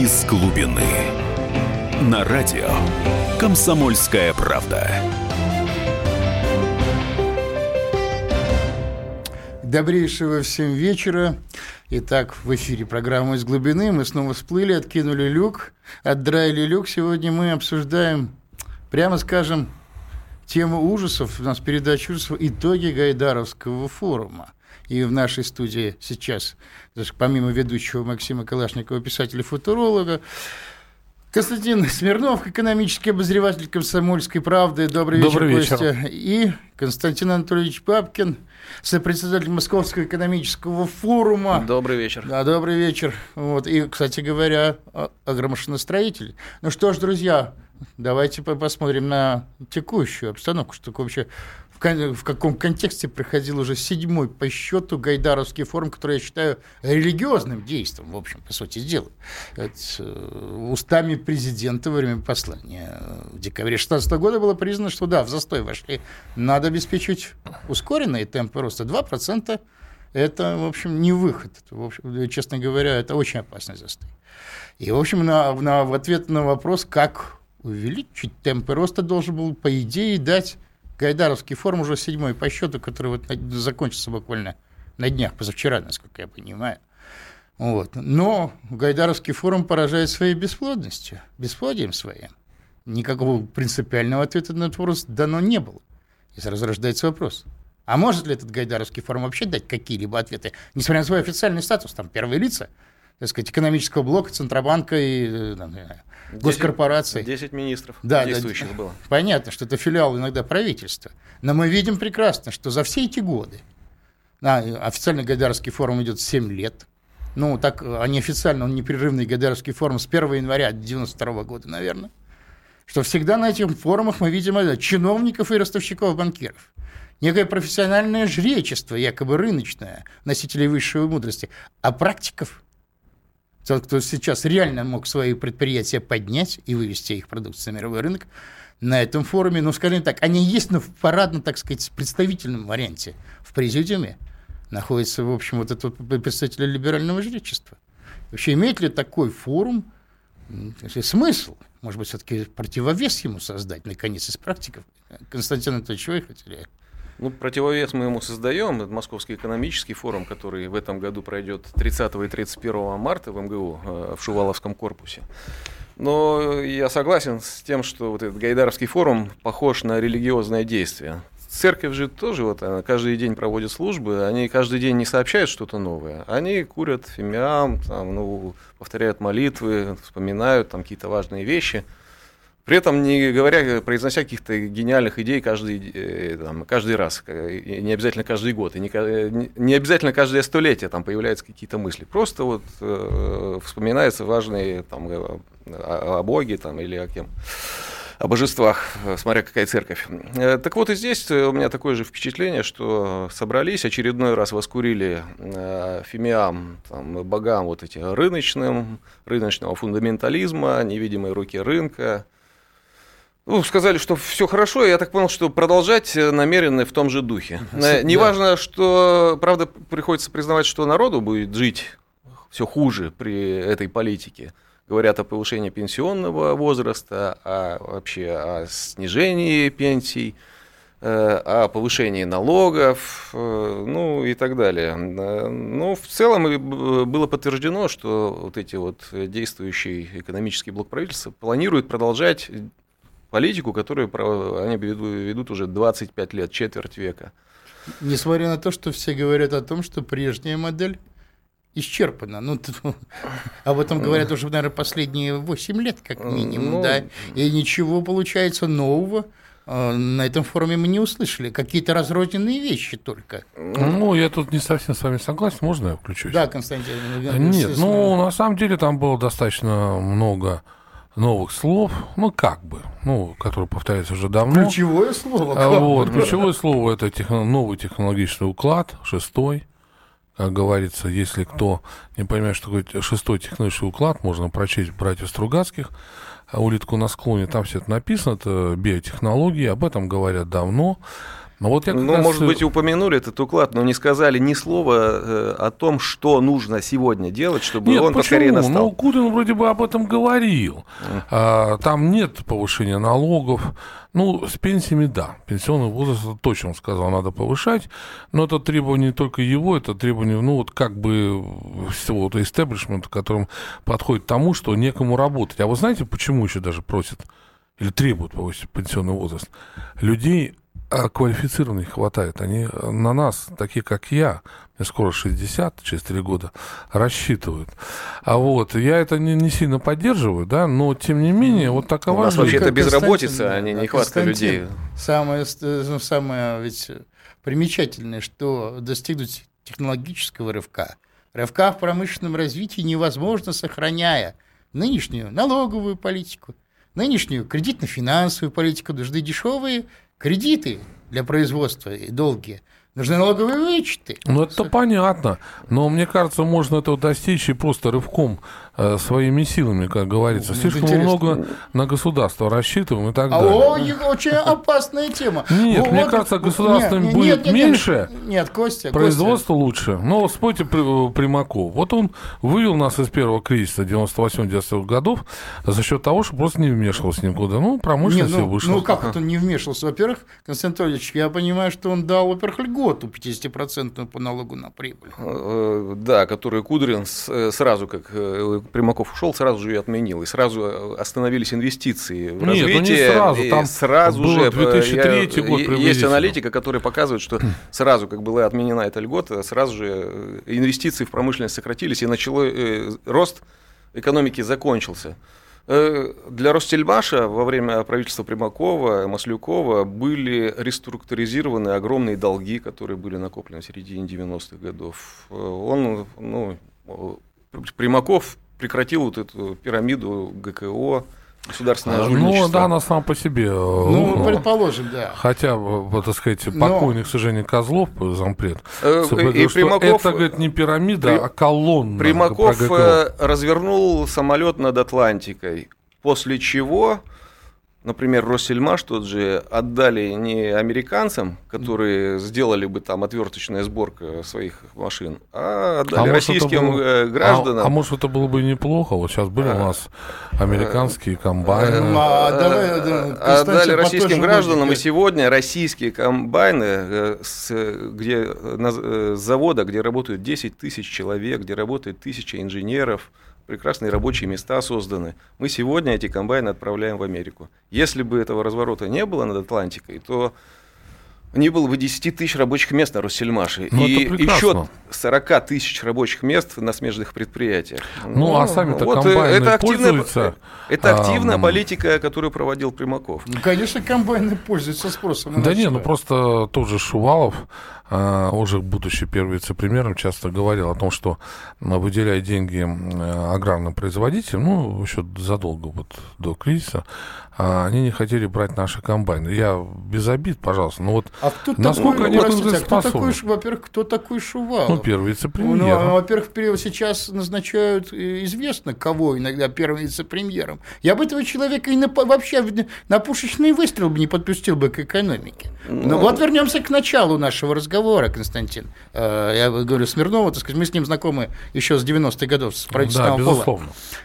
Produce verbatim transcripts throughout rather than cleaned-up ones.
Из глубины. На радио «Комсомольская правда». Добрейшего всем вечера. Итак, в эфире программа «Из глубины». Мы снова всплыли, откинули люк, отдраили люк. Сегодня мы обсуждаем, прямо скажем, тему ужасов. У нас передача ужасов «Итоги Гайдаровского форума». И в нашей студии сейчас, помимо ведущего Максима Калашникова, писателя-футуролога, Константин Смирнов, экономический обозреватель «Комсомольской правды». Добрый, Добрый вечер, вечер, Костя. И Константин Анатольевич Папкин, сопредседатель Московского экономического форума. Добрый вечер. Да, добрый вечер. Вот. И, кстати говоря, агромашиностроитель. Ну что ж, друзья, давайте посмотрим на текущую обстановку, что вообще в каком контексте проходил уже седьмой по счету Гайдаровский форум, который я считаю религиозным действием, в общем, по сути дела. Это, устами президента во время послания в декабре две тысячи шестнадцатого года было признано, что да, в застой вошли. Надо обеспечить ускоренные темпы роста. два процента это, в общем, не выход. Это, в общем, честно говоря, это очень опасный застой. И, в общем, на, на, в ответ на вопрос, как увеличить темпы роста, должен был, по идее, дать Гайдаровский форум, уже седьмой по счету, который вот закончится буквально на днях, позавчера, насколько я понимаю. Вот. Но Гайдаровский форум поражает своей бесплодностью, бесплодием своим. Никакого принципиального ответа на этот вопрос дано не было. И сразу рождается вопрос. А может ли этот Гайдаровский форум вообще дать какие-либо ответы, несмотря на свой официальный статус, там первые лица, так сказать, экономического блока, Центробанка и там, госкорпораций. десять министров да, действующих да, было. Понятно, что это филиал иногда правительства. Но мы видим прекрасно, что за все эти годы, а, официально Гайдаровский форум идет семь лет, ну, так, а неофициально он непрерывный Гайдаровский форум с первого января девяносто второго года, наверное, что всегда на этих форумах мы видим это, чиновников и ростовщиков-банкиров. Некое профессиональное жречество, якобы рыночное, носителей высшей мудрости, а практиков, тот, кто сейчас реально мог свои предприятия поднять и вывести их продукцию на мировой рынок, на этом форуме, ну, скажем так, они есть, но в парадно, так сказать, представительном варианте. В президиуме находится, в общем, вот этот представитель либерального жречества. Вообще, имеет ли такой форум смысл? Может быть, все-таки противовес ему создать, наконец, из практиков? Константин Анатольевич, вы хотели... Ну, противовес мы ему создаем. Это Московский экономический форум, который в этом году пройдет тридцатого и тридцать первого марта в МГУ, в Шуваловском корпусе. Но я согласен с тем, что вот этот Гайдаровский форум похож на религиозное действие. Церковь же тоже вот, она каждый день проводит службы, они каждый день не сообщают что-то новое. Они курят фимиам, там, ну, повторяют молитвы, вспоминают там какие-то важные вещи. При этом не говоря, произнося каких-то гениальных идей каждый, там, каждый раз, и не обязательно каждый год, и не, не обязательно каждое столетие там появляются какие-то мысли. Просто вот э, вспоминаются важные там, о, о Боге там, или о кем, о божествах, смотря какая церковь. Так вот и здесь у меня такое же впечатление, что собрались, очередной раз воскурили э, фимиам там, богам вот эти рыночным, рыночного фундаментализма, невидимой руки рынка. Ну, сказали, что все хорошо, и я так понял, что продолжать намерены в том же духе. Да. Неважно, что, правда, приходится признавать, что народу будет жить все хуже при этой политике. Говорят о повышении пенсионного возраста, о, вообще о снижении пенсий, о повышении налогов, ну и так далее. Но в целом было подтверждено, что вот эти вот действующий экономический блок правительства планирует продолжать политику, которую они ведут уже двадцать пять лет, четверть века. Несмотря на то, что все говорят о том, что прежняя модель исчерпана. Ну, об этом говорят уже, наверное, последние восемь лет, как минимум, ну, да. И ничего, получается, нового на этом форуме мы не услышали. Какие-то разрозненные вещи только. Ну, я тут не совсем с вами согласен. Можно я включусь? Да, Константин. Нет, ну, на самом деле там было достаточно много новых слов, ну, как бы, ну, которые повторяются уже давно. Ключевое слово. Вот, ключевое слово – это техно, новый технологический уклад, шестой. Как говорится, если кто не понимает, что такое шестой технологический уклад, можно прочесть братьев Стругацких, «Улитку на склоне», там все это написано, это биотехнологии, об этом говорят давно. Но вот я ну, раз... может быть, упомянули этот уклад, но не сказали ни слова э, о том, что нужно сегодня делать, чтобы нет, он почему? поскорее настал. Ну, Кудрин вроде бы об этом говорил. Mm. А, там нет повышения налогов. Ну, с пенсиями, да. Пенсионный возраст, точно он сказал, надо повышать. Но это требование не только его, это требование, ну, вот как бы всего вот истеблишмента, которым подходит к тому, что некому работать. А вы знаете, почему еще даже просят или требуют повысить пенсионный возраст? Людей квалифицированных не хватает. Они на нас, такие как я, мне скоро шестьдесят, через три года, рассчитывают. А вот, я это не, не сильно поддерживаю, да, но, тем не менее, вот такова... У нас жизнь. вообще-то безработица, а не нехватка людей. Самое, самое ведь примечательное, что достигнуть технологического рывка, рывка в промышленном развитии невозможно, сохраняя нынешнюю налоговую политику, нынешнюю кредитно-финансовую политику. Нужны дешевые кредиты для производства и долгие. Нужны налоговые вычеты. Ну, это понятно. Но мне кажется, можно этого достичь и просто рывком э, своими силами, как говорится. Слишком интересно. много на государство рассчитываем и так А, далее. о, очень опасная тема. Нет, Вот, мне вот, кажется, государство нет, будет нет, нет, меньше, Нет, нет Костя, производство Костя. лучше. Но вспомните Примаков. Вот он вывел нас из первого кризиса девяносто восьмого — девяносто девятого годов за счет того, что просто не вмешивался никуда. Ну, промышленность Не, ну, вышла. ну, как это он не вмешивался? Во-первых, Константин Анатольевич, я понимаю, что он дал, во-первых, льготу пятьдесят процентов по налогу на прибыль. Да, который Кудрин сразу, как Примаков ушел, сразу же ее отменил. И сразу остановились инвестиции в развитие. Нет, ну не сразу. Там сразу было же, две тысячи третий год приблизительно. Есть аналитика, которая показывает, что сразу, как была отменена эта льгота, сразу же инвестиции в промышленность сократились, и начало, э, рост экономики закончился. Для Ростельмаша во время правительства Примакова, Маслюкова были реструктуризированы огромные долги, которые были накоплены в середине девяностых годов. Он, ну, Примаков прекратил вот эту пирамиду ГКО, государственное жульничество. Ну, да, она сама по себе. Ну, ну, предположим, да. Хотя, вот, так сказать, Но... покойный, к сожалению, Козлов, зампред, э, и Примаков, это, говорит, не пирамида, При... а колонна. Примаков развернул самолет над Атлантикой, после чего, например, Россельмаш тот же отдали не американцам, которые сделали бы там отверточная сборка своих машин, а отдали а российским было... гражданам. А, а может, это было бы неплохо? Вот сейчас были а, у нас американские комбайны. А, давай, да, отдали российским гражданам, и сегодня российские комбайны, с, где, с завода, где работают десять тысяч человек, где работает тысяча инженеров, прекрасные рабочие места созданы. Мы сегодня эти комбайны отправляем в Америку. Если бы этого разворота не было над Атлантикой, то не было бы десять тысяч рабочих мест на Россельмаше. Ну, и еще сорок тысяч рабочих мест на смежных предприятиях. Ну, ну а сами-то вот комбайны это активная, пользуются? Это активная а, политика, которую проводил Примаков. Ну, конечно, комбайны пользуются спросом. Да нет, ну просто тот же Шувалов, уже будучи первым вице-премьером, часто говорил о том, что выделяя деньги аграрным производителям, ну, еще задолго вот до кризиса, они не хотели брать наши комбайны. Я без обид, пожалуйста, но вот а кто насколько такой, они простите, а кто такой, во-первых, кто такой Шувалов? Ну, первый вице-премьер. Ну, во-первых, сейчас назначают, известно, кого иногда первым вице-премьером. Я бы этого человека и на, вообще на пушечный выстрел бы не подпустил бы к экономике. Но ну, вот вернемся к началу нашего разговора, Константин. Я говорю, Смирнова, так сказать, мы с ним знакомы еще с девяностых годов, с правительственного да, пола. Безусловно.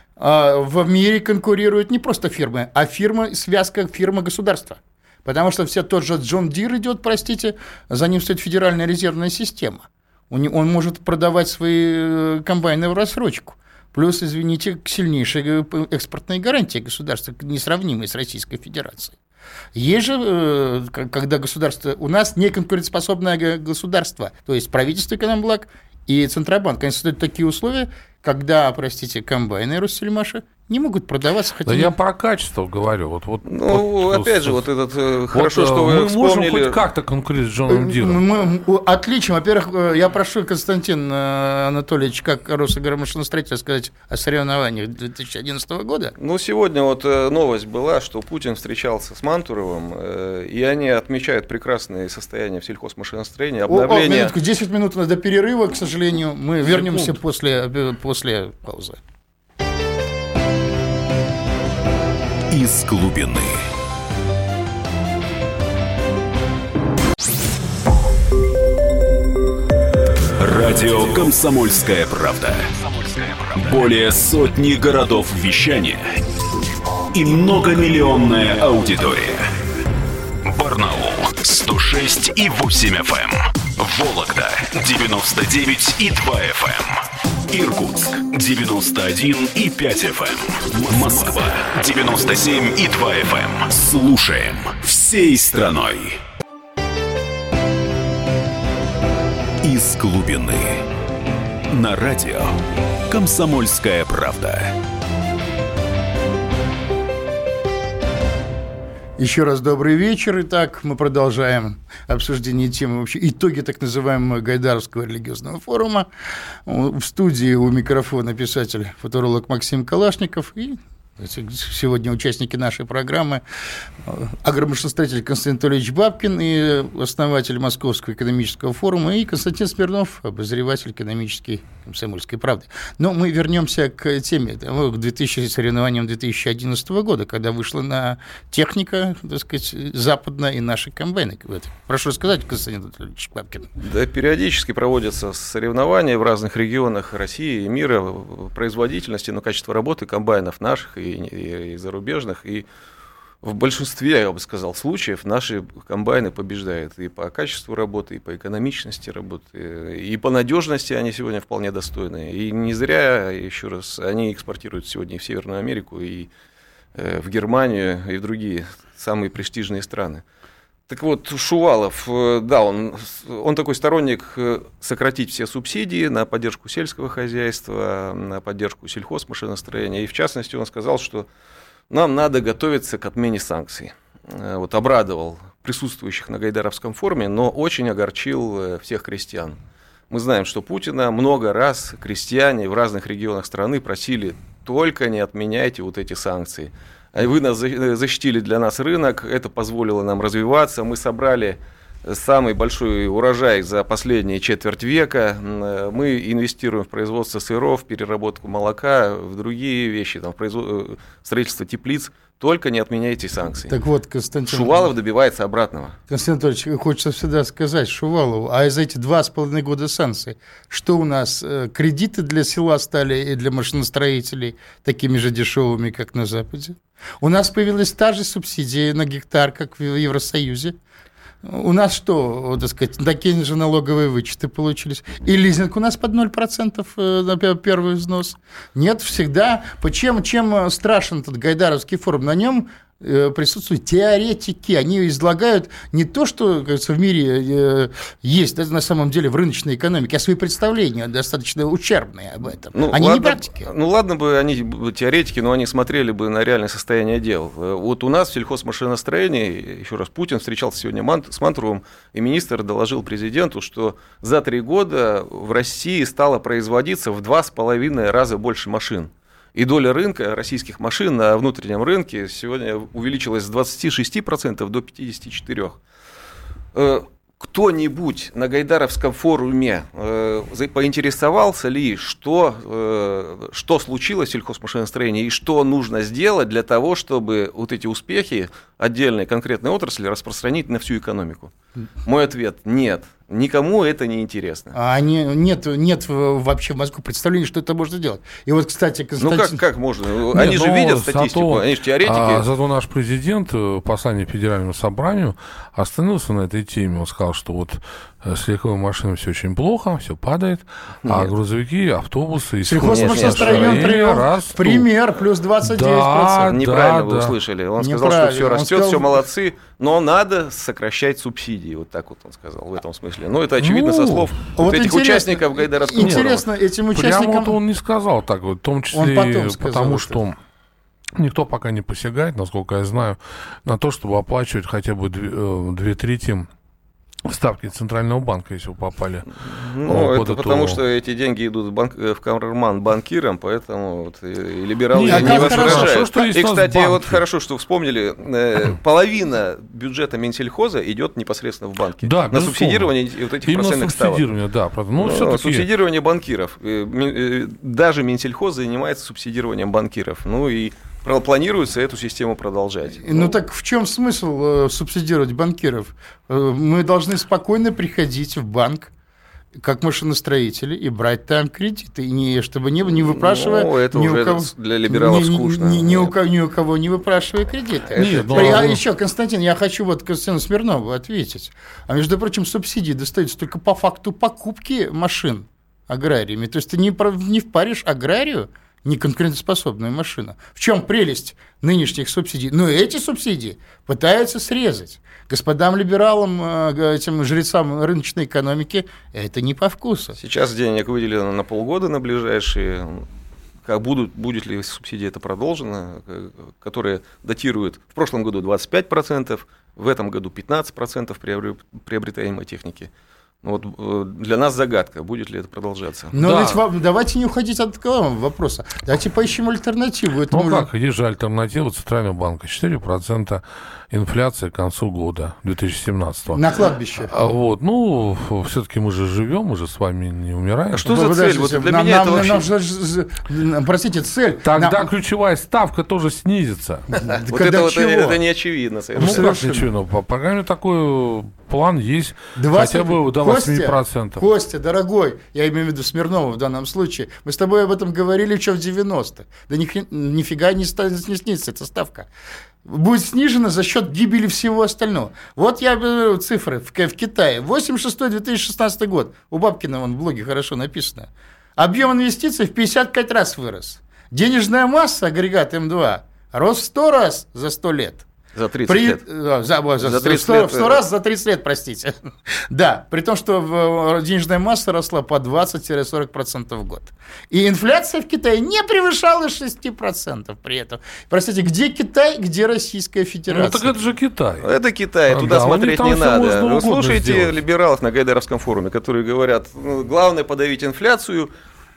В мире конкурируют не просто фирмы, а фирма, связка фирма-государства. Потому что все тот же Джон Дир идет, простите, за ним стоит Федеральная резервная система. Он может продавать свои комбайны в рассрочку. Плюс, извините, сильнейшие экспортные гарантии государства, несравнимые с Российской Федерацией. Есть же, когда государство... У нас неконкурентоспособное государство, то есть правительство Экономблаг и Центробанк. Они создают такие условия, когда, простите, комбайны Россельмаша не могут продаваться. Хотя да не... я про качество говорю. Вот, вот, ну, вот, опять вот, же, вот этот... Вот, хорошо, что вы мы вспомнили... можем хоть как-то конкурировать с Джоном Диром. Мы отличим. Во-первых, я прошу, Константин Анатольевич, как Росагромашиностроитель, сказать о соревнованиях две тысячи одиннадцатого года. Ну, сегодня вот новость была, что Путин встречался с Мантуровым, и они отмечают прекрасное состояние в сельхозмашиностроении, обновление... О, минутку, десять минут до перерыва, к сожалению. Мы вернемся после, после паузы. Из глубины. Радио «Комсомольская правда». Более сотни городов вещания и многомиллионная аудитория. Барнаул сто шесть и восемь эф эм, Вологда девяносто девять и два эф эм, Иркутск девяносто один и пять эф эм, Москва девяносто семь и два эф эм. Слушаем всей страной. Из глубины. На радио «Комсомольская правда». Еще раз добрый вечер. Итак, мы продолжаем обсуждение темы, вообще итоги так называемого Гайдаровского религиозного форума. В студии у микрофона писатель-футуролог Максим Калашников и сегодня участники нашей программы агромашиностроитель Константин Анатольевич Бабкин и основатель Московского экономического форума, и Константин Смирнов, обозреватель экономический «Комсомольской правды». Но мы вернемся к теме, к две тысячи соревнованиям две тысячи одиннадцатого года, когда вышла на техника, так сказать, западная и наши комбайны. Прошу рассказать, Константин Анатольевич Бабкин. Да, периодически проводятся соревнования в разных регионах России и мира в производительности, но качество работы комбайнов наших и И, и зарубежных, и в большинстве, я бы сказал, случаев наши комбайны побеждают и по качеству работы, и по экономичности работы, и по надежности они сегодня вполне достойны. И не зря, еще раз, они экспортируют сегодня и в Северную Америку, и э, в Германию, и в другие самые престижные страны. Так вот, Шувалов, да, он, он такой сторонник сократить все субсидии на поддержку сельского хозяйства, на поддержку сельхозмашиностроения. И в частности, он сказал, что нам надо готовиться к отмене санкций. Вот, обрадовал присутствующих на Гайдаровском форуме, но очень огорчил всех крестьян. Мы знаем, что Путина много раз крестьяне в разных регионах страны просили: только не отменяйте вот эти санкции. Вы нас защитили для нас рынок, это позволило нам развиваться. Мы собрали самый большой урожай за последние четверть века. Мы инвестируем в производство сыров, переработку молока, в другие вещи, там, в производ... строительство теплиц. Только не отменяйте санкции. Так вот, Константин... Шувалов добивается обратного. Константин Анатольевич, хочется всегда сказать Шувалову, а за эти два с половиной года санкций, что у нас, кредиты для села стали и для машиностроителей такими же дешевыми, как на Западе? У нас появилась та же субсидия на гектар, как в Евросоюзе. У нас что, так сказать, такие же налоговые вычеты получились? И лизинг у нас под ноль процентов на первый взнос? Нет, всегда. Почему, чем страшен этот Гайдаровский форум? На нем присутствуют теоретики, они излагают не то, что, как говорится, в мире есть, да, на самом деле в рыночной экономике, а свои представления достаточно ущербные об этом. Ну, они ладно, не практики. Ну ладно бы они теоретики, но они смотрели бы на реальное состояние дел. Вот у нас в сельхозмашиностроении, еще раз, Путин встречался сегодня с Мантуровым, и министр доложил президенту, что за три года в России стало производиться в два с половиной раза больше машин. И доля рынка российских машин на внутреннем рынке сегодня увеличилась с двадцати шести процентов до пятидесяти четырёх процентов. Кто-нибудь на Гайдаровском форуме поинтересовался ли, что, что случилось в сельхозмашиностроении и что нужно сделать для того, чтобы вот эти успехи отдельной конкретной отрасли распространить на всю экономику? Мой ответ – нет. Никому это не интересно. А они, нет, нет вообще в мозгу представления, что это можно делать. И вот, кстати, Константин... Ну как, как можно? Они нет, же видят статистику, зато, они же теоретики. А, зато наш президент в послании Федеральному собранию остановился на этой теме. Он сказал, что вот с легковыми машинами все очень плохо, все падает, нет. А грузовики, автобусы... Сельхозмашиностроение привел пример, плюс двадцать девять процентов. Да, неправильно да, вы да. услышали. Он сказал, что все растет, сказал... все молодцы, но надо сокращать субсидии. Вот так вот он сказал в этом смысле. Ну, это очевидно ну, со слов вот вот этих участников Гайдаровского форума. Интересно, этим участникам... Прямо вот он не сказал так, вот, в том числе потому, что никто пока не посягает, насколько я знаю, на то, чтобы оплачивать хотя бы две, две трети ставки Центрального банка, если вы попали. Ну, это эту... потому что эти деньги идут в, банк, в карман банкирам, поэтому вот, и либералы не, не возражают. Хорошо, и, кстати, вот хорошо, что вспомнили, э, половина бюджета Минсельхоза идет непосредственно в банки. Да, на субсидирование вот этих именно процентных ставок. Да, ну, ну, субсидирование банкиров. Даже Минсельхоз занимается субсидированием банкиров. Ну и планируется эту систему продолжать. Ну, ну так в чем смысл э, субсидировать банкиров? Э, мы должны спокойно приходить в банк как машиностроители, и брать там кредиты, и не, чтобы не, не выпрашивая... Ну, это ни уже у кого, для либералов ни, скучно. Ни, ни, у кого, ни у кого не выпрашивая кредиты. Нет, При, но... А еще, Константин, я хочу вот Константину Смирнову ответить. А между прочим, субсидии достаются только по факту покупки машин аграриями. То есть ты не, не впаришь аграрию неконкурентоспособную машину. В чем прелесть нынешних субсидий? Но эти субсидии пытаются срезать. Господам либералам, этим жрецам рыночной экономики это не по вкусу. Сейчас денег выделено на полгода на ближайшие. Как будут, будет ли субсидия это продолжена, которые датируют в прошлом году двадцать пять процентов, в этом году пятнадцать процентов приобретаемой техники. Вот для нас загадка, будет ли это продолжаться. Но да. ведь вам, давайте не уходить от главного вопроса. Давайте поищем альтернативу этому. Ну как, есть же альтернатива Центрального банка. четыре процента инфляция к концу года две тысячи семнадцатого. На кладбище. А вот, ну, все-таки мы же живем, мы же с вами не умираем. А что за цель? Вот для нам, меня нам, это вообще... нам же, нам, простите, цель... Тогда нам... ключевая ставка тоже снизится. Вот это, вот, это не очевидно. Ну, как не очевидно? По программе такой план есть, хотя бы до восемь процентов. Костя, дорогой, я имею в виду Смирнова в данном случае, мы с тобой об этом говорили еще в девяностых. Да ни, нифига не, не снизится эта ставка. Будет снижена за счет гибели всего остального. Вот я говорю цифры в, в Китае. восемьдесят шестой — две тысячи шестнадцатый год. У Бабкина вон в блоге хорошо написано. Объем инвестиций в пятьдесят пять раз вырос. Денежная масса, агрегат эм два, рос в сто раз за сто лет. За тридцать при... лет. За, за, за, за тридцать сто, лет. сто раз за тридцать лет, простите. Да, при том, что денежная масса росла по двадцать-сорок процентов в год. И инфляция в Китае не превышала шесть процентов при этом. Простите, где Китай, где Российская Федерация? Ну так это же Китай. Это Китай, а, туда да, смотреть не надо. Вы слушаете сделать. либералов на Гайдаровском форуме, которые говорят, ну, главное подавить инфляцию.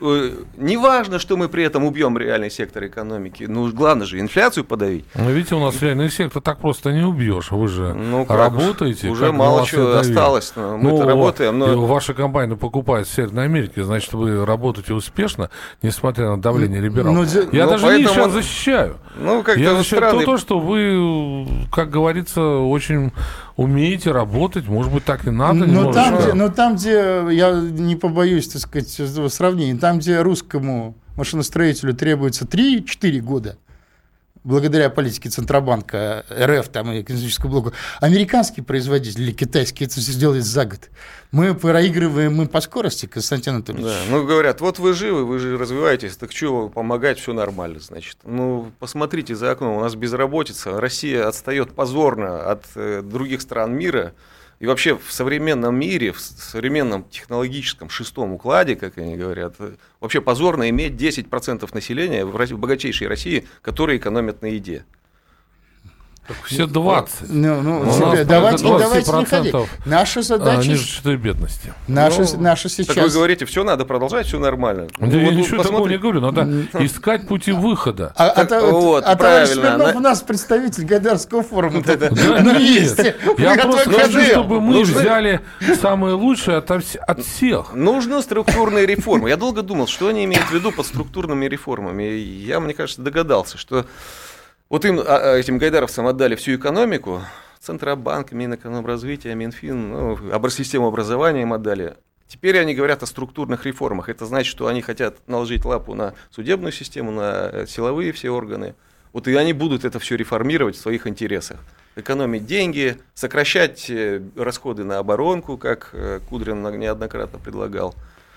Не важно, что мы при этом убьем реальный сектор экономики. Ну, главное же инфляцию подавить. Ну, видите, у нас реальный сектор так просто не убьешь. Вы же ну, работаете. Уже мало чего осталось. Мы-то ну, работаем. Но... Ваша компания покупает в Северной Америке, значит, вы работаете успешно, несмотря на давление либералов. Ну, Я ну, даже поэтому... не сейчас защищаю. Ну, как Я защищаю странный... то, что вы, как говорится, очень умеете работать. Может быть, так и надо. Но там, где, но там, где, я не побоюсь, так сказать, сравнения, там, где русскому машиностроителю требуется три-четыре года, благодаря политике Центробанка, эр эф там, и экономическому блоку, американский производитель или китайский это сделает за год. Мы проигрываем мы по скорости, Константин Анатольевич. Да, ну, говорят, вот вы живы, вы же развиваетесь, так что помогать, все нормально, значит. Ну, посмотрите за окном, у нас безработица, Россия отстает позорно от э, других стран мира. И вообще в современном мире, в современном технологическом шестом укладе, как они говорят, вообще позорно иметь десять процентов населения в богатейшей России, которые экономят на еде. Все двадцать. Ну, ну, ну, себе, давайте, давайте не ходить. Наша задача... Ниже бедности. Наша, ну, наша сейчас... Так вы говорите, все надо продолжать, все нормально. Я ну, ничего вот такого не говорю, надо искать пути выхода. А, так, а, вот, а товарищ Смирнов у нас представитель Гайдаровского форума. Ну есть. Я просто хочу, чтобы мы взяли самое лучшее от всех. Нужны структурные реформы. Я долго думал, что они имеют в виду под структурными реформами. Я, мне кажется, догадался, что вот им, этим гайдаровцам отдали всю экономику, Центробанк, Минэкономразвития, Минфин, ну, систему образования им отдали. Теперь они говорят о структурных реформах. Это значит, что они хотят наложить лапу на судебную систему, на силовые все органы. Вот и они будут это все реформировать в своих интересах. Экономить деньги, сокращать расходы на оборонку, как Кудрин неоднократно предлагал.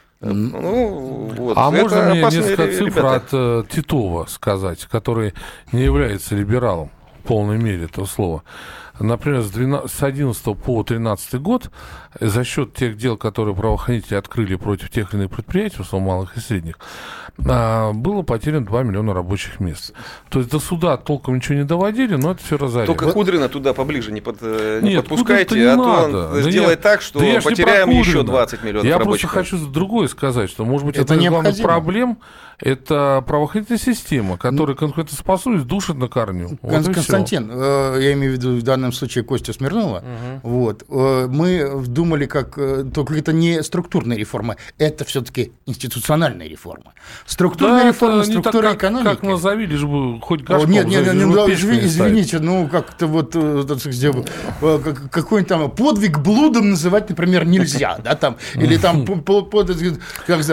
Ну, вот. А это можно мне несколько ребята. цифр от э, Титова сказать, который не является либералом в полной мере этого слова. Например, с одиннадцатого по тринадцатый год за счет тех дел, которые правоохранители открыли против тех или иных предприятий, в основном малых и средних, было потеряно два миллиона рабочих мест. То есть до суда толком ничего не доводили, но это все разорили. Только вот. Кудрина туда поближе не, под, не Нет, подпускайте, не а надо. то он да сделает я, так, что да потеряем еще двадцать миллионов я рабочих мест. Я просто хочу другое сказать, что, может быть, это одна из главных необходимо. проблем Это правоохранительная система, которая конкурентоспособность душит на корню. Кон- Вот Константин, э, я имею в виду в данном случае Костю Смирнова, угу. вот, э, мы думали, как э, только это не структурная реформа, это все-таки институциональная реформа. Структурная да, реформа, структура так, экономики. Как назови, лишь бы хоть Горшков. Нет, нет, нет, нет, ну, извините, извините, ну как-то вот какой-нибудь там подвиг блудом называть, например, нельзя, да, там, или там плотника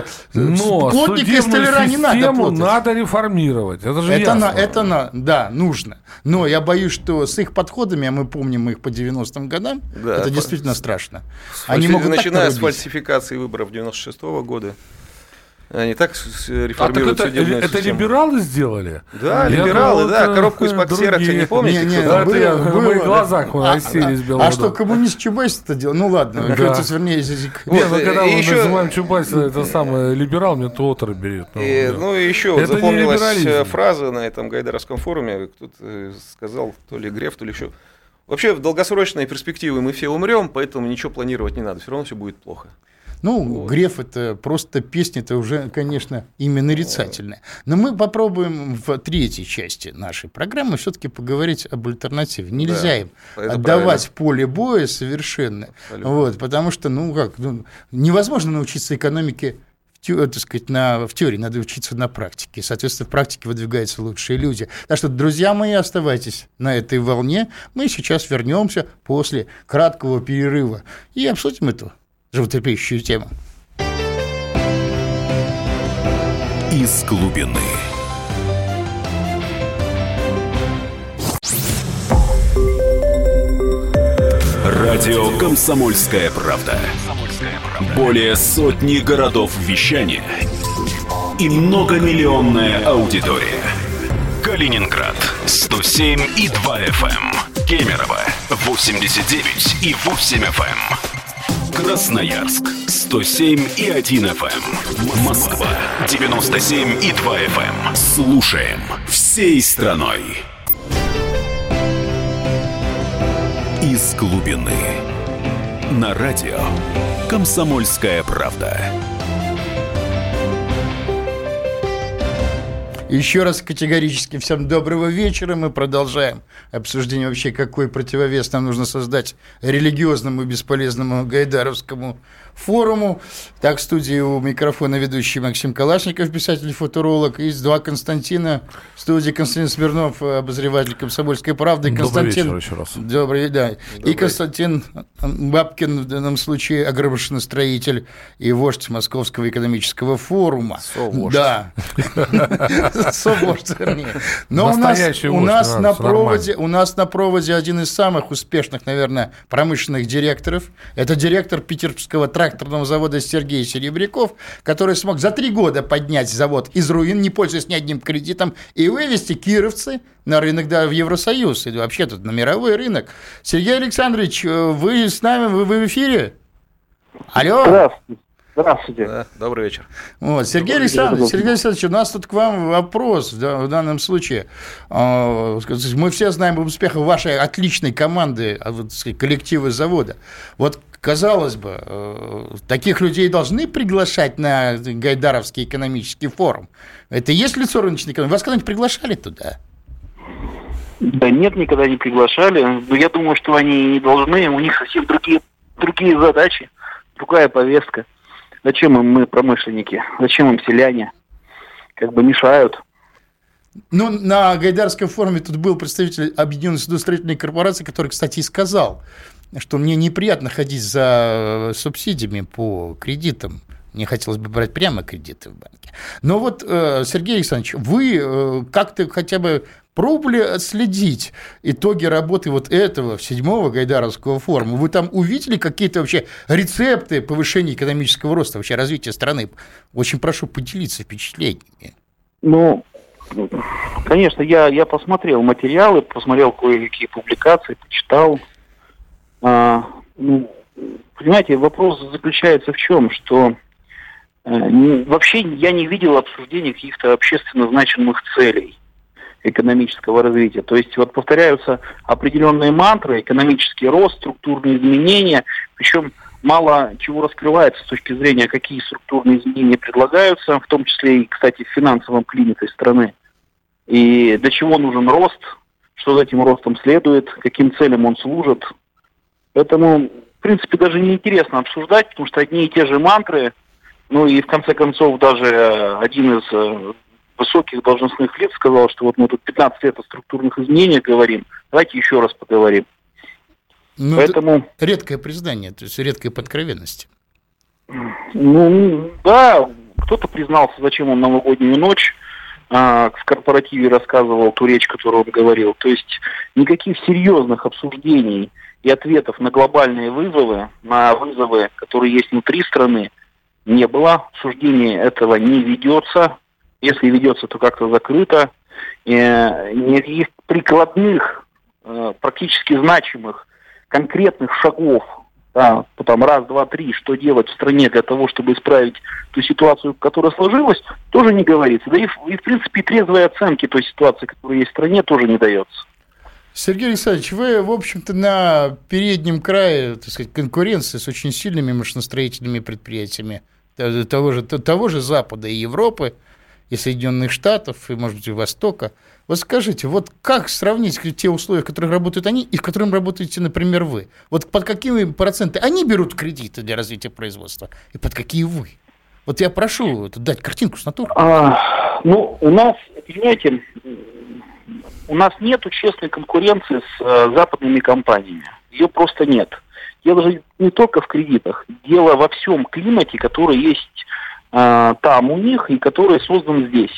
и столяра не надо плотать. Надо реформировать, это же это ясно. На, это на, да, нужно. Но я боюсь, что с их подходами, а мы помним их по девяностым годам, да, это по... действительно страшно. Они могут начиная с фальсификации выборов девяносто шестого года. Они так реформируют а, так судебную это, систему. Это либералы сделали? Да, я либералы, думал, да, коробку из-под ксерокса, не помните? Не, не, да, было, это было, в моих глазах а, расселись а, а, а что, коммунист Чубайс это делал? Ну ладно, да. Кажется, вернее, вот, нет, ну когда мы еще... называем Чубайса, это самое либерал, мне то отр берет. Ну, и, да. ну и еще вот запомнилась фраза на этом Гайдаровском форуме, кто-то сказал, то ли Греф, то ли еще. Вообще в долгосрочной перспективе мы все умрем, поэтому ничего планировать не надо, все равно все будет плохо. Ну, вот. Греф — это просто песня, это уже, конечно, имя нарицательное. Но мы попробуем в третьей части нашей программы все-таки поговорить об альтернативе. Нельзя да, им отдавать правильно. Поле боя совершенно. Вот, потому что, ну как, ну, невозможно научиться экономике в, те, так сказать, на, в теории, надо учиться на практике. Соответственно, в практике выдвигаются лучшие люди. Так что, друзья мои, оставайтесь на этой волне. Мы сейчас вернемся после краткого перерыва и обсудим эту животрепещущую тему. Из глубины. Радио «Комсомольская правда». Более сотни городов вещания и многомиллионная аудитория. Калининград сто семь и два эф эм, Кемерово восемьдесят девять и восемь эф эм. Красноярск сто семь и один эф эм. Москва девяносто семь и два эф эм. Слушаем всей страной. Из глубины. На радио «Комсомольская правда». Еще раз категорически всем доброго вечера. Мы продолжаем обсуждение вообще, какой противовес нам нужно создать религиозному и бесполезному гайдаровскому форуму. Так, в студии у микрофона ведущий Максим Калашников, писатель и футуролог. И два Константина. В студии Константин Смирнов, обозреватель «Комсомольской правды». Добрый Константин... вечер еще раз. Добрый, да. Добрый. И Константин Бабкин, в данном случае огромошностроитель и вождь Московского экономического форума. Совождь. Да. Совождь, вернее. Но у нас, у, нас на проводе, у нас на проводе один из самых успешных, наверное, промышленных директоров. Это директор Питерского тракторного завода Сергей Серебряков, который смог за три года поднять завод из руин, не пользуясь ни одним кредитом, и вывести кировцы на рынок, да, в Евросоюз, или вообще тут на мировой рынок. Сергей Александрович, вы с нами, вы, вы в эфире? Алло? Здравствуйте. Здравствуйте. Да, добрый вечер. Вот, Сергей Александрович, Сергей Александрович, у нас тут к вам вопрос, да, в данном случае. Мы все знаем об успехах вашей отличной команды, вот, сказать, коллектива завода. Вот, казалось бы, таких людей должны приглашать на Гайдаровский экономический форум. Это и есть лицо рыночной экономики? Вас когда-нибудь приглашали туда? Да нет, никогда не приглашали. Но я думаю, что они не должны. У них совсем другие, другие задачи, другая повестка. Зачем им мы, промышленники? Зачем им селяне? Как бы мешают. Ну, на Гайдарском форуме тут был представитель Объединенной судостроительной корпорации, который, кстати, и сказал, что мне неприятно ходить за субсидиями по кредитам. Мне хотелось бы брать прямо кредиты в банке. Но вот, Сергей Александрович, вы как-то хотя бы пробовали отследить итоги работы вот этого, седьмого Гайдаровского форума? Вы там увидели какие-то вообще рецепты повышения экономического роста, вообще развития страны? Очень прошу поделиться впечатлениями. Ну, конечно, я, я посмотрел материалы, посмотрел кое-какие публикации, почитал. А, ну, понимаете, вопрос заключается в чем, что э, вообще я не видел обсуждения каких-то общественно значимых целей экономического развития. То есть вот повторяются определенные мантры: экономический рост, структурные изменения. Причем мало чего раскрывается с точки зрения, какие структурные изменения предлагаются, в том числе и, кстати, в финансовом климате страны. И для чего нужен рост, что за этим ростом следует, каким целям он служит. Поэтому, в принципе, даже неинтересно обсуждать, потому что одни и те же мантры, ну и в конце концов даже один из высоких должностных лиц сказал, что вот мы тут пятнадцать лет о структурных изменениях говорим, давайте еще раз поговорим. Ну, Поэтому... редкое признание, то есть редкая подкровенность. Ну, да, кто-то признался, зачем он новогоднюю ночь а, в корпоративе рассказывал ту речь, которую он говорил. То есть никаких серьезных обсуждений и ответов на глобальные вызовы, на вызовы, которые есть внутри страны, не было. Обсуждение этого не ведется. Если ведется, то как-то закрыто. И никаких прикладных, практически значимых, конкретных шагов, да, там раз, два, три, что делать в стране для того, чтобы исправить ту ситуацию, которая сложилась, тоже не говорится. Да и, и в принципе, трезвой оценки той ситуации, которая есть в стране, тоже не дается. Сергей Александрович, вы, в общем-то, на переднем крае, так сказать, конкуренции с очень сильными машиностроительными предприятиями того же, того же Запада и Европы, и Соединенных Штатов, и, может быть, и Востока. Вот скажите, вот как сравнить те условия, в которых работают они, и в которых работаете, например, вы? Вот под какими проценты они берут кредиты для развития производства, и под какие вы? Вот я прошу дать картинку с натуры. А, ну, у нас, понимаете, у нас нет честной конкуренции с а, западными компаниями. Ее просто нет. Дело же не только в кредитах. Дело во всем климате, который есть а, там у них и который создан здесь.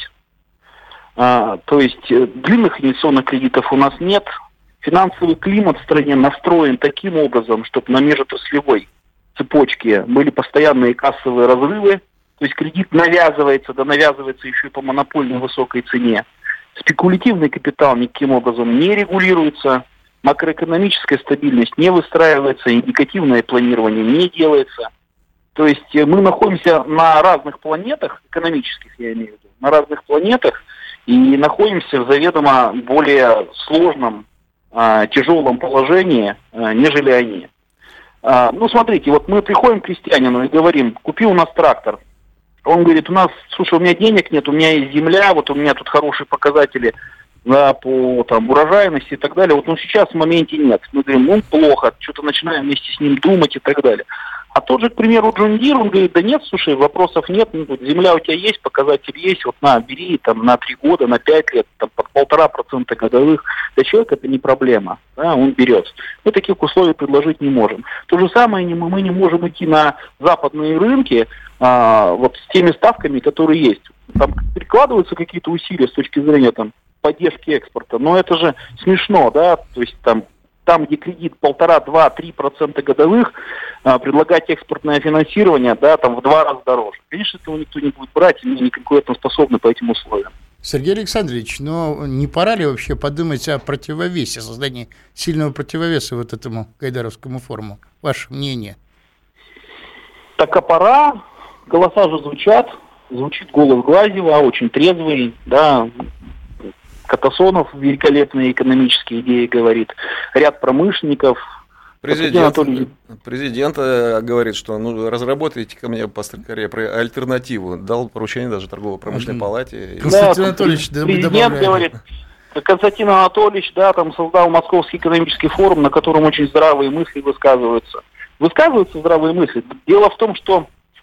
А, то есть длинных инвестиционных кредитов у нас нет. Финансовый климат в стране настроен таким образом, чтобы на межотраслевой цепочке были постоянные кассовые разрывы. То есть кредит навязывается, да навязывается еще и по монопольной высокой цене. Спекулятивный капитал никаким образом не регулируется. Макроэкономическая стабильность не выстраивается, индикативное планирование не делается. То есть мы находимся на разных планетах, экономических я имею в виду, на разных планетах, и находимся в заведомо более сложном, а, тяжелом положении, а, нежели они. А, ну, смотрите, вот мы приходим к крестьянину и говорим, купи у нас трактор. Он говорит, у нас, слушай, у меня денег нет, у меня есть земля, вот у меня тут хорошие показатели, да, по там, урожайности и так далее. Вот ну, сейчас в моменте нет. Мы говорим, ну плохо, что-то начинаем вместе с ним думать и так далее. А тот же, к примеру, Джон Дир, он говорит, да нет, слушай, вопросов нет, ну, вот, земля у тебя есть, показатель есть, вот на, бери там на три года, на пять лет, там под полтора процента годовых. Для человека это не проблема, да, он берет. Мы таких условий предложить не можем. То же самое мы, мы не можем идти на западные рынки а, вот с теми ставками, которые есть. Там прикладываются какие-то усилия с точки зрения там поддержки экспорта, но это же смешно, да, то есть там, там где кредит полтора, два, три процента годовых, а, предлагать экспортное финансирование, да, там в два раза дороже. Конечно, этого никто не будет брать, и мы не конкурентоспособны по этим условиям. Сергей Александрович, но не пора ли вообще подумать о противовесе, о создании сильного противовеса вот этому Гайдаровскому форуму? Ваше мнение? Так а пора, голоса же звучат, звучит голос Глазьева, очень трезвый, да, Катасонов великолепные экономические идеи говорит, ряд промышленников. Президент, президент говорит, что ну, разработайте ко мне по Строкаре альтернативу. Дал поручение даже торгово-промышленной mm-hmm. палате. Константин да, Анатольевич президент добавляет. Говорит, Константин Анатольевич, да, там создал Московский экономический форум, на котором очень здравые мысли высказываются. Высказываются здравые мысли. Дело в том, что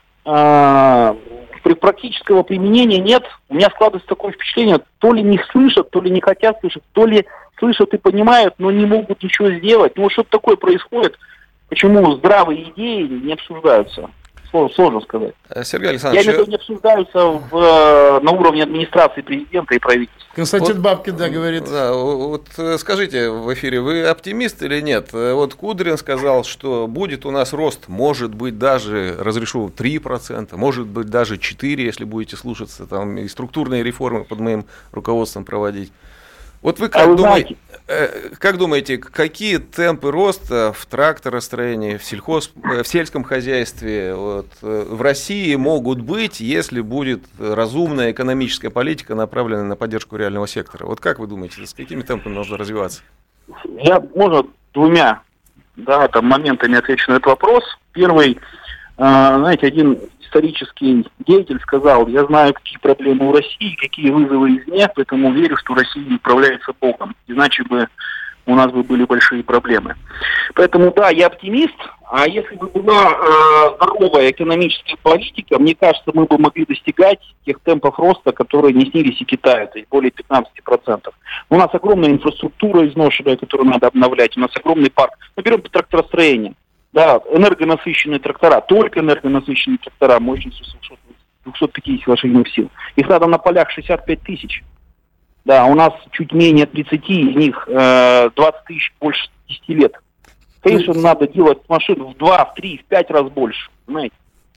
э, практического применения нет. У меня складывается такое впечатление, то ли не слышат, то ли не хотят слышать, то ли слышат и понимают, но не могут ничего сделать. Ну вот что-то такое происходит, почему здравые идеи не обсуждаются. Сложно, сложно сказать. Сергей Александрович, я имею в виду, не обсуждаются в, на уровне администрации президента и правительства. Константин вот, Бабкин, да, говорит. Да, вот скажите в эфире, вы оптимист или нет? Вот Кудрин сказал, что будет у нас рост, может быть, даже, разрешу, три процента, может быть, даже четыре процента, если будете слушаться, там, и структурные реформы под моим руководством проводить. Вот вы как, а вы думаете, э, как думаете, какие темпы роста в тракторостроении, в, сельхоз, в сельском хозяйстве вот, в России могут быть, если будет разумная экономическая политика, направленная на поддержку реального сектора? Вот как вы думаете, с какими темпами нужно развиваться? Я, можно двумя да, там моментами отвечу на этот вопрос. Первый, знаете, один исторический деятель сказал: я знаю, какие проблемы у России, какие вызовы извне, поэтому верю, что Россия управляется Богом. Иначе бы у нас бы были большие проблемы. Поэтому, да, я оптимист. А если бы была э, здоровая экономическая политика, мне кажется, мы бы могли достигать тех темпов роста, которые не снились и Китаю, то есть более пятнадцать процентов. У нас огромная инфраструктура изношенная, которую надо обновлять. У нас огромный парк. Мы берем тракторостроение. Да, энергонасыщенные трактора, только энергонасыщенные трактора мощностью двести пятьдесят лошадиных сил. Их надо на полях шестьдесят пять тысяч. Да, у нас чуть менее тридцати, из них э, двадцать тысяч больше десяти лет. Конечно, ну, надо делать машин в два, в три, в пять раз больше, понимаете?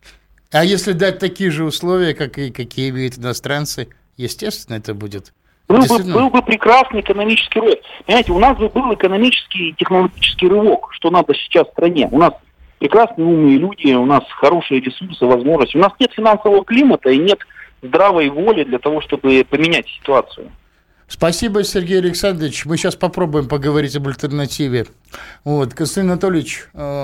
А если дать такие же условия, как и какие имеют иностранцы, естественно, это будет... Был бы, был бы прекрасный экономический рост. Понимаете, у нас бы был экономический и технологический рывок, что надо сейчас в стране. У нас прекрасные умные люди, у нас хорошие ресурсы, возможности. У нас нет финансового климата и нет здравой воли для того, чтобы поменять ситуацию. Спасибо, Сергей Александрович. Мы сейчас попробуем поговорить об альтернативе. Вот, Константин Анатольевич,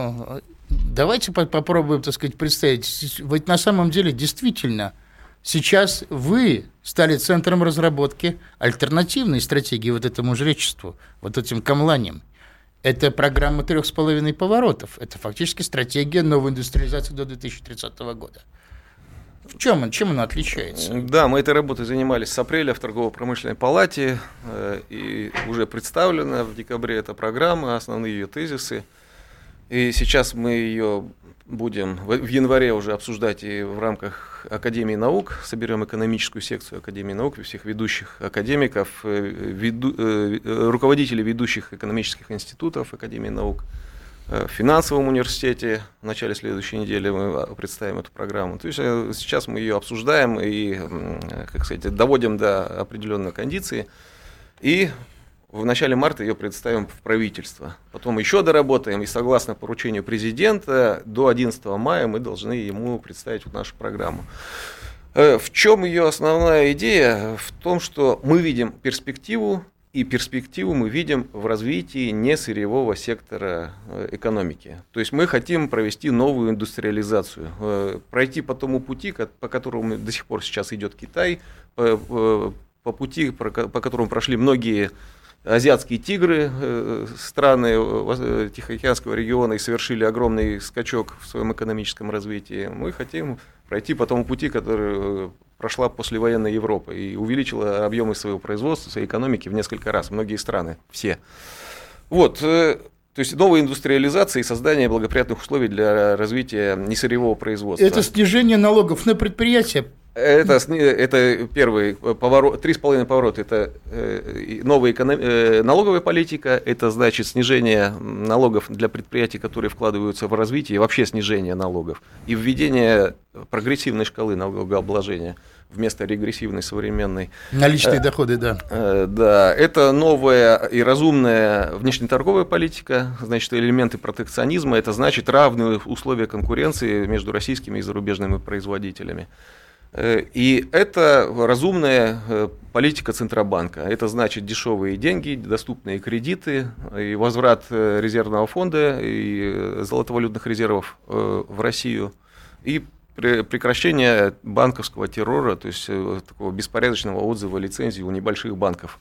давайте попробуем, так сказать, представить. Ведь на самом деле действительно сейчас вы стали центром разработки альтернативной стратегии вот этому жречеству, вот этим камланиям. Это программа трех с половиной поворотов. Это фактически стратегия новой индустриализации до две тысячи тридцатого года. В чем он, чем она отличается? Да, мы этой работой занимались с апреля в торгово-промышленной палате, э, и уже представлена в декабре эта программа, основные ее тезисы. И сейчас мы ее будем в, в январе уже обсуждать и в рамках Академии наук. Соберем экономическую секцию Академии наук, всех ведущих академиков, э, веду, э, руководителей ведущих экономических институтов Академии наук. В финансовом университете в начале следующей недели мы представим эту программу. То есть сейчас мы ее обсуждаем и, как сказать, доводим до определенной кондиции. И в начале марта ее представим в правительство. Потом еще доработаем, и согласно поручению президента до одиннадцатого мая мы должны ему представить вот нашу программу. В чем ее основная идея? В том, что мы видим перспективу, и перспективу мы видим в развитии несырьевого сектора экономики. То есть мы хотим провести новую индустриализацию, пройти по тому пути, по которому до сих пор сейчас идет Китай, по, по пути, по которому прошли многие азиатские тигры, страны Тихоокеанского региона, и совершили огромный скачок в своем экономическом развитии. Мы хотим пройти по тому пути, который прошла послевоенная Европа и увеличила объемы своего производства, своей экономики в несколько раз, многие страны, все. Вот, то есть новая индустриализация и создание благоприятных условий для развития несырьевого производства. Это снижение налогов на предприятия. Это, это первый поворот, три с половиной поворота, это новая эконом... налоговая политика, это значит снижение налогов для предприятий, которые вкладываются в развитие, и вообще снижение налогов, и введение прогрессивной шкалы налогообложения вместо регрессивной современной. Наличные доходы, да. Да, это новая и разумная внешнеторговая политика, значит, элементы протекционизма, это значит равные условия конкуренции между российскими и зарубежными производителями. И это разумная политика Центробанка. Это значит дешевые деньги, доступные кредиты, и возврат резервного фонда и золотовалютных резервов в Россию, и прекращение банковского террора, то есть такого беспорядочного отзыва лицензий у небольших банков.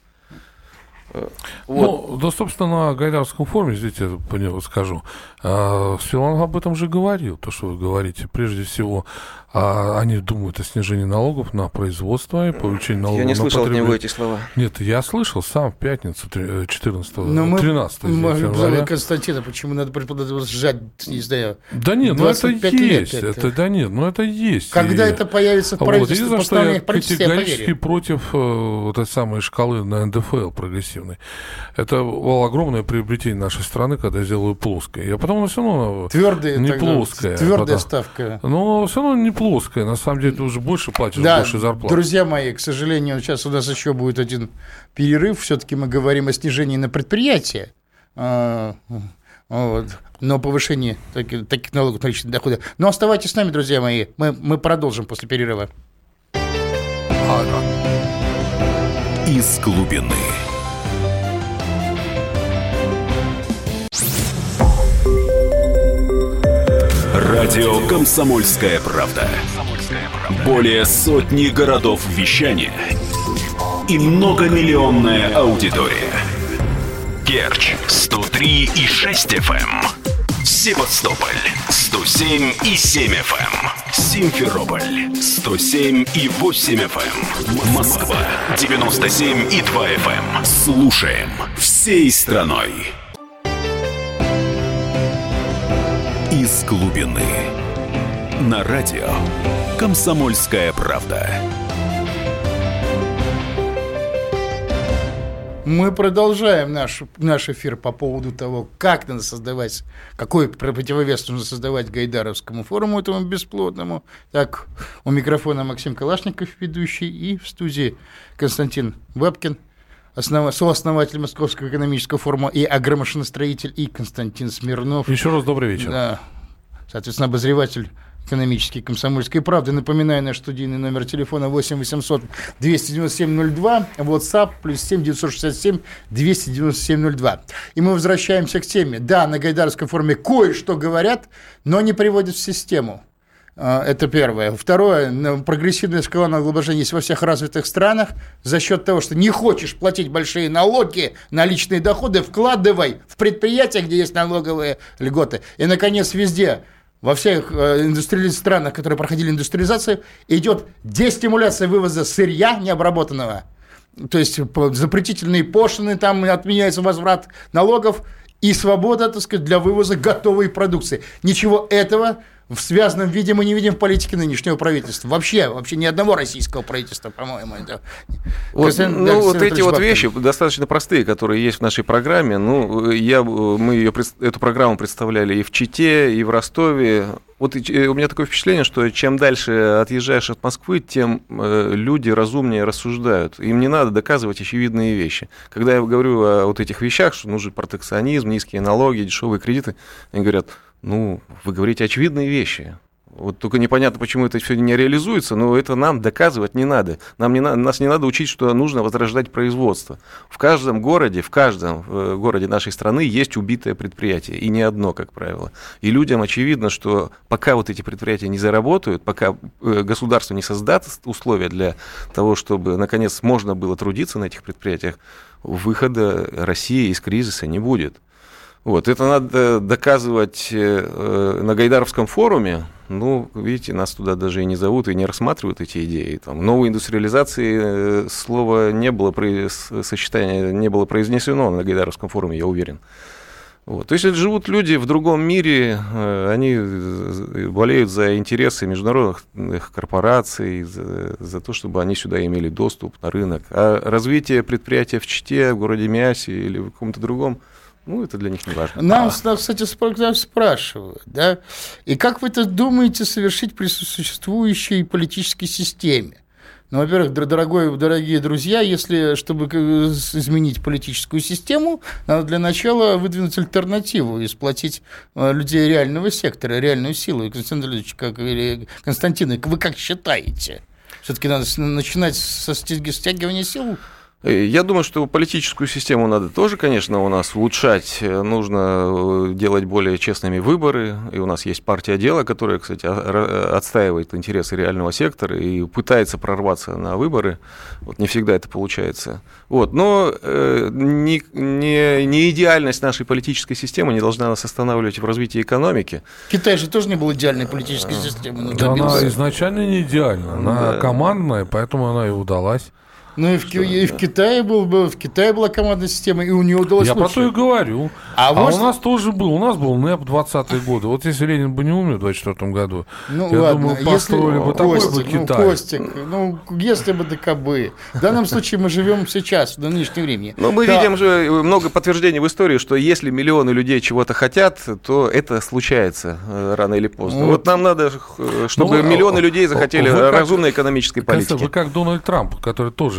Вот. Ну, да, собственно, на Гайдаровском форуме, здесь я по нему скажу, Силуанов об этом же говорил, то, что вы говорите. Прежде всего, они думают о снижении налогов на производство и получении налогов на потребление. Я не слышал от него эти слова. Нет, я слышал сам в пятницу, четырнадцатого, тринадцатого февраля. Константина, почему надо сжать, не знаю, да нет, ну это есть, это... это, да нет, ну это есть. Когда и... это появится в правительстве, вот, постановлениях правительства, я категорически против вот этой самой шкалы на эн дэ эф эл прогрессивной. Это было огромное приобретение нашей страны, когда сделали плоской. А потом оно все равно Твердые, не тогда, плоская. Твердая потом, ставка. Но все равно не плоская. На самом деле ты уже больше платишь, да, больше зарплаты. Друзья мои, к сожалению, сейчас у нас еще будет один перерыв. Все-таки мы говорим о снижении на предприятия. Вот. Но повышении таких, таких налогов на личные доходы. Но оставайтесь с нами, друзья мои. Мы, мы продолжим после перерыва. Из глубины. Радио «Комсомольская правда». Более сотни городов вещания и многомиллионная аудитория. Керчь сто три и шесть эф эм, Севастополь сто семь и семь эф эм, Симферополь сто семь и восемь эф эм, Москва девяносто семь и два эф эм. Слушаем всей страной. Из глубины. На радио «Комсомольская правда». Мы продолжаем наш, наш эфир по поводу того, как надо создавать, какой противовес нужно создавать Гайдаровскому форуму, этому бесплотному. Так, у микрофона Максим Калашников, ведущий, и в студии Константин Бабкин, основ... сооснователь Московского экономического форума и агромашиностроитель, и Константин Смирнов. Еще раз добрый вечер. Да, соответственно, обозреватель экономический «Комсомольской правды». Напоминаю, наш студийный номер телефона восемь восемьсот двести девяносто семь ноль два, WhatsApp плюс семь девятьсот шестьдесят семь двести девяносто семь ноль два. И мы возвращаемся к теме. Да, на Гайдаровском форуме кое-что говорят, но не приводят в систему. Это первое. Второе. Прогрессивная шкала налогообложения есть во всех развитых странах. За счет того, что не хочешь платить большие налоги на личные доходы, вкладывай в предприятия, где есть налоговые льготы. И, наконец, везде, во всех индустриальных странах, которые проходили индустриализацию, идет дестимуляция вывоза сырья необработанного. То есть запретительные пошлины, там отменяется возврат налогов и свобода, так сказать, для вывоза готовой продукции. Ничего этого в связанном виде мы не видим в политике нынешнего правительства. Вообще, вообще ни одного российского правительства, по-моему. Это... Вот, Константин, ну, да, вот эти вот Бабкин. вещи достаточно простые, которые есть в нашей программе. Ну, я, мы ее, эту программу представляли и в Чите, и в Ростове. Вот у меня такое впечатление, что чем дальше отъезжаешь от Москвы, тем э, люди разумнее рассуждают. Им не надо доказывать очевидные вещи. Когда я говорю о вот этих вещах, что нужен протекционизм, низкие налоги, дешевые кредиты, они говорят: ну, вы говорите очевидные вещи. Вот только непонятно, почему это все не реализуется, но это нам доказывать не надо. Нам не на, нас не надо учить, что нужно возрождать производство. В каждом городе, в каждом э, городе нашей страны есть убитое предприятие, и не одно, как правило. И людям очевидно, что пока вот эти предприятия не заработают, пока э, государство не создаст условия для того, чтобы, наконец, можно было трудиться на этих предприятиях, выхода России из кризиса не будет. Вот, это надо доказывать э, на Гайдаровском форуме. Ну, видите, нас туда даже и не зовут, и не рассматривают эти идеи. Там, новой индустриализации э, слова не было, сочетания не было произнесено на Гайдаровском форуме, я уверен. Вот. То есть, если живут люди в другом мире, э, они болеют за интересы международных корпораций, за, за то, чтобы они сюда имели доступ на рынок. А развитие предприятия в Чите, в городе Миасе или в каком-то другом, ну, это для них не важно. Нам, а. кстати, спрашивают, да, и как вы это думаете совершить при существующей политической системе? Ну, во-первых, дорогой, дорогие друзья, если, чтобы изменить политическую систему, надо для начала выдвинуть альтернативу и сплотить людей реального сектора, реальную силу. Константин Ильич, как, или Константин, вы как считаете? Все-таки надо начинать со стягивания сил? Я думаю, что политическую систему надо тоже, конечно, у нас улучшать. Нужно делать более честными выборы. И у нас есть партия дела, которая, кстати, отстаивает интересы реального сектора и пытается прорваться на выборы. Вот не всегда это получается. Вот. Но э, не, не, не идеальность нашей политической системы не должна нас останавливать в развитии экономики. Китай же тоже не был идеальной политической системой. Да, она изначально не идеальна. Она да. командная, поэтому она и удалась. Ну и в, что, и да. в Китае был, в Китае была командная система, и у нее удалось. Я лучше. про то и говорю. А, а может... у нас тоже был, у нас был НЭП двадцатые годы. Вот если Ленин бы не умер в двадцать четвёртом году, ну, я ладно, думаю, построили если... бы такой Костик, бы Китай. Ну, Костик, ну, если бы да кабы. В данном случае мы живем сейчас, в нынешнем времени. Но мы да. видим же много подтверждений в истории, что если миллионы людей чего-то хотят, то это случается рано или поздно. Вот, вот нам надо, чтобы ну, миллионы людей захотели разумной экономической политики. Вы как Дональд Трамп, который тоже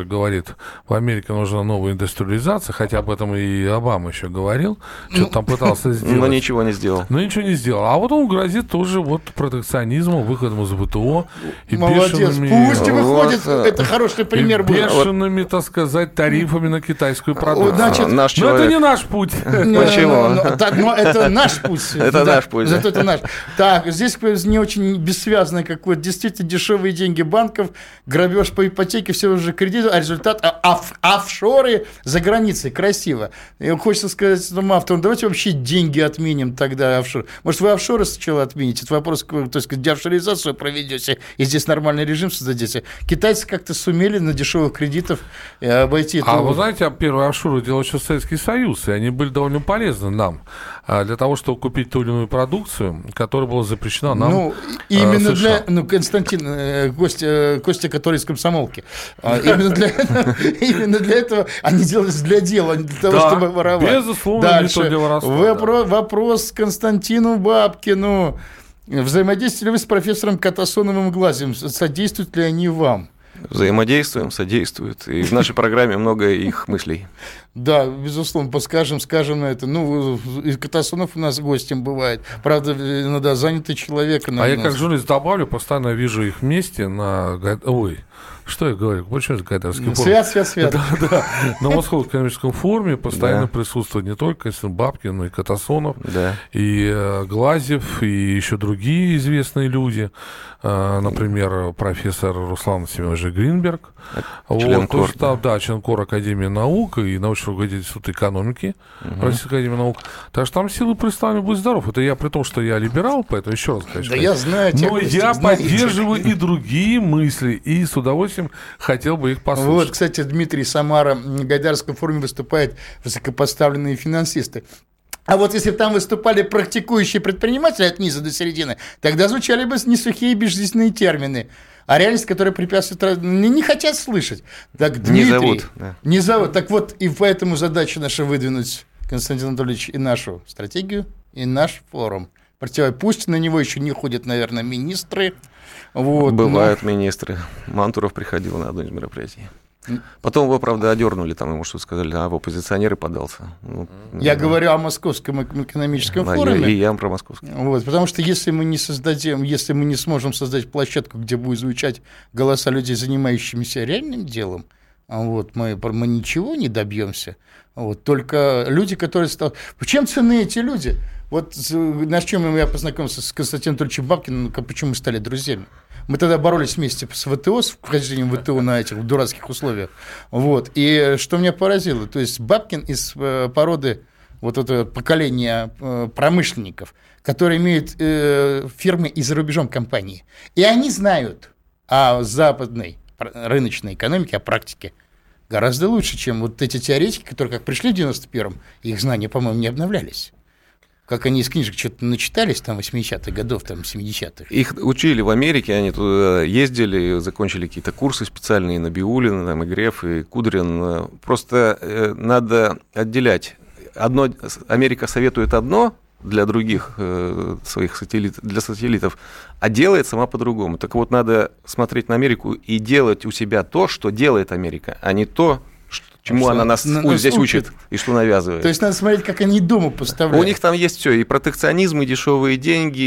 тоже говорит, в Америке нужна новая индустриализация, хотя об этом и Обама еще говорил, что-то там пытался сделать. Но ничего не сделал. Но ничего не сделал. А вот он грозит тоже вот протекционизмом, выходом из ВТО. И Молодец, бешеными, пусть выходит, вот, это хороший пример и будет. бешеными, так сказать, тарифами на китайскую продукцию. Значит, наш Но это человек. не наш путь. Почему? Но, но, так, но это наш путь. Это Да, наш путь, Зато да. это наш. Так, здесь не очень бессвязно, как вот действительно дешевые деньги банков, грабеж по ипотеке, все уже кредиты, а результат а, оф, офшоры за границей. Красиво. И хочется сказать этому автору, давайте вообще деньги отменим тогда офшор. Может, вы офшоры сначала отмените? Это вопрос, то есть, деофшоризацию проведете, и здесь нормальный режим создадите. Китайцы как-то сумели на дешевых кредитов обойти. А эту... вы знаете, первые офшоры делал еще Советский Союз, и они были довольно полезны нам для того, чтобы купить ту или иную продукцию, которая была запрещена нам. Ну, именно а, США. для... Ну, Константин, э, Костя, Костя, который из комсомолки. А, именно, для, именно для этого они делались для дела, а не для того, Да, чтобы воровать. безусловно, Дальше. не то для воровства, Вопро- да. Вопрос Константину Бабкину. Взаимодействовали вы с профессором Катасоновым Глазем? Содействуют ли они вам? Взаимодействуем, содействуют. И в нашей программе много их мыслей. Да, безусловно, подскажем, скажем на это. Ну, из Катасонов у нас гостем бывает. Правда, иногда занятый человек. А я как журналист добавлю, постоянно вижу их вместе на... Ой, что я говорю? Почему это Гайдарский форум? Свят, свят, свят. Да, да. На Московском экономическом форуме постоянно Да. присутствует не только Константин Бабкин, но и Катасонов, Да. и э, Глазев, и еще другие известные люди. Э, например, профессор Руслан Семенович Гринберг. Член Вот, КОР, то есть, да, да, член КОР Академии наук и научный руководитель Института экономики Российской Академии наук. Так что там силы представлены, будь здоров. Это я при том, что я либерал, поэтому еще раз хочу Да сказать. я знаю тех, Но кто я знает. поддерживаю и другие мысли, и с удовольствием хотел бы их послушать. Вот, кстати, Дмитрий Самара на Гайдарском форуме выступают высокопоставленные финансисты. А вот если бы там выступали практикующие предприниматели от низа до середины, тогда звучали бы не сухие безжизненные термины, а реальность, которая препятствует, не, не хотят слышать. Так, Дмитрий, Не зовут, да. Не зовут. Так вот, и поэтому задача наша выдвинуть, Константин Анатольевич, и нашу стратегию, и наш форум. Против... Пусть на него еще не ходят, наверное, министры. Вот, Бывают но... министры. Мантуров приходил на одно из мероприятий. Потом его, правда, одернули, там ему что сказали, а в оппозиционеры подался. Ну, я да. говорю о Московском экономическом Да, форуме. И я про московский. Вот, потому что если мы не создадим, если мы не сможем создать площадку, где будут звучать голоса людей, занимающимися реальным делом, вот, мы, мы ничего не добьемся. Вот, только люди, которые стали... Чем ценны эти люди? Вот на чем я познакомился с Константином Анатольевичем Бабкиным, почему мы стали друзьями. Мы тогда боролись вместе с ВТО, с вхождением в ВТО на этих дурацких условиях. Вот. И что меня поразило, то есть Бабкин из породы вот этого поколения промышленников, которые имеют фирмы и за рубежом компании. И они знают о западной рыночной экономике, о практике гораздо лучше, чем вот эти теоретики, которые как пришли в девяносто первом, их знания, по-моему, не обновлялись. Как они из книжек что-то начитались, там, восьмидесятых годов, там, семидесятых. Их учили в Америке, они туда ездили, закончили какие-то курсы специальные, Набиуллин, там, и Греф, и Кудрин. Просто э, надо отделять. Одно, Америка советует одно для других э, своих сателлитов, для сателлитов, а делает сама по-другому. Так вот, надо смотреть на Америку и делать у себя то, что делает Америка, а не то, чему а она нас, нас нас здесь учит. учит и что навязывает. То есть надо смотреть, как они дома поставляют. У них там есть все, и протекционизм, и дешевые деньги,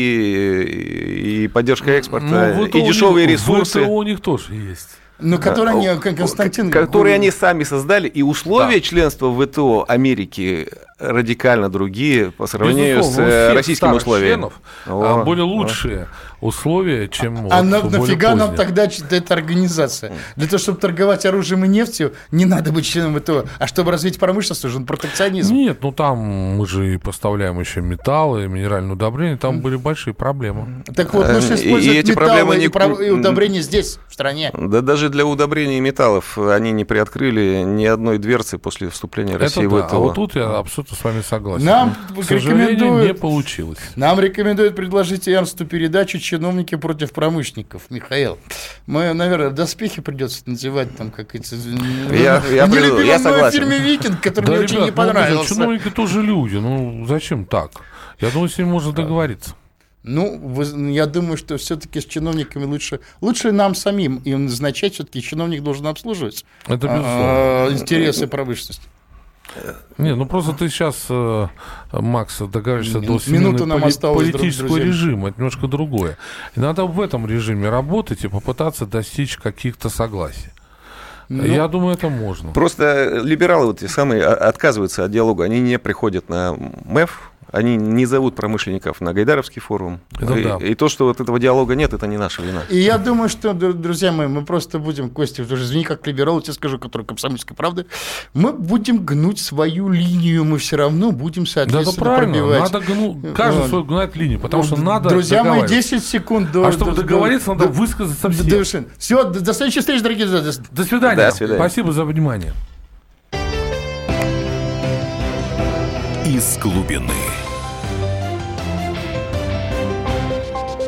и поддержка экспорта, ну, и дешевые них, ресурсы. ВТО у них тоже есть. Но которые они, Константин... Которые они сами создали, и условия Да. членства в ВТО Америки радикально другие по сравнению Безусловно, с у всех российскими старых условиями. членов, а, более лучшие условия, чем А вот, на, более нафига нам поздние. тогда эта организация? Для того, чтобы торговать оружием и нефтью, не надо быть членом ВТО. А чтобы развить промышленность, нужен протекционизм. Нет, ну там мы же и поставляем еще металлы, минеральные удобрения, там были большие проблемы. Так вот, нужно И использовать эти металлы проблемы и, не- пров- и удобрения здесь, в стране. Да даже для удобрений металлов они не приоткрыли ни одной дверцы после вступления России Это в да, ВТО. а вот тут я абсолютно с вами согласен. Нам К сожалению, рекомендуют- не получилось. Нам рекомендуют предложить Эрнсту передачу «Чиновники против промышленников». Михаил, мы, наверное, доспехи придется надевать там, как эти... Я- я в приду, я нелюбимом согласен. фильме «Викинг», который Да, мне очень не ребят, ну, понравился. чиновники тоже люди, ну зачем так? Я думаю, с ними можно договориться. Ну, вы, я думаю, что все-таки с чиновниками лучше, лучше нам самим им назначать, все-таки чиновник должен обслуживать Это безусловно. а, интересы промышленности. Не, ну просто ты сейчас, Макс, договариваешься до Минуту нам поли- осталось, политического друзья. режима, это немножко другое. И надо в этом режиме работать и попытаться достичь каких-то согласий. Ну, Я думаю, это можно. Просто либералы вот те самые а- отказываются от диалога, они не приходят на МЭФ, они не зовут промышленников на Гайдаровский форум. Это и, да. и то, что вот этого диалога нет, это не наша вина. И я думаю, что, д- друзья мои, мы просто будем, Костя, тоже извини, как либерал, тебе скажу, который комсомольской правды, мы будем гнуть свою линию, мы все равно будем, Да, это соответственно, правильно. пробивать. Надо гну... каждый Вот. свою гнать линию, потому что надо Друзья мои, договариваться. десять секунд до... А чтобы до- договориться, до- надо высказаться всем. до- Все, до, до следующей встречи, дорогие друзья. До свидания. До свидания. Спасибо за внимание. Из глубины.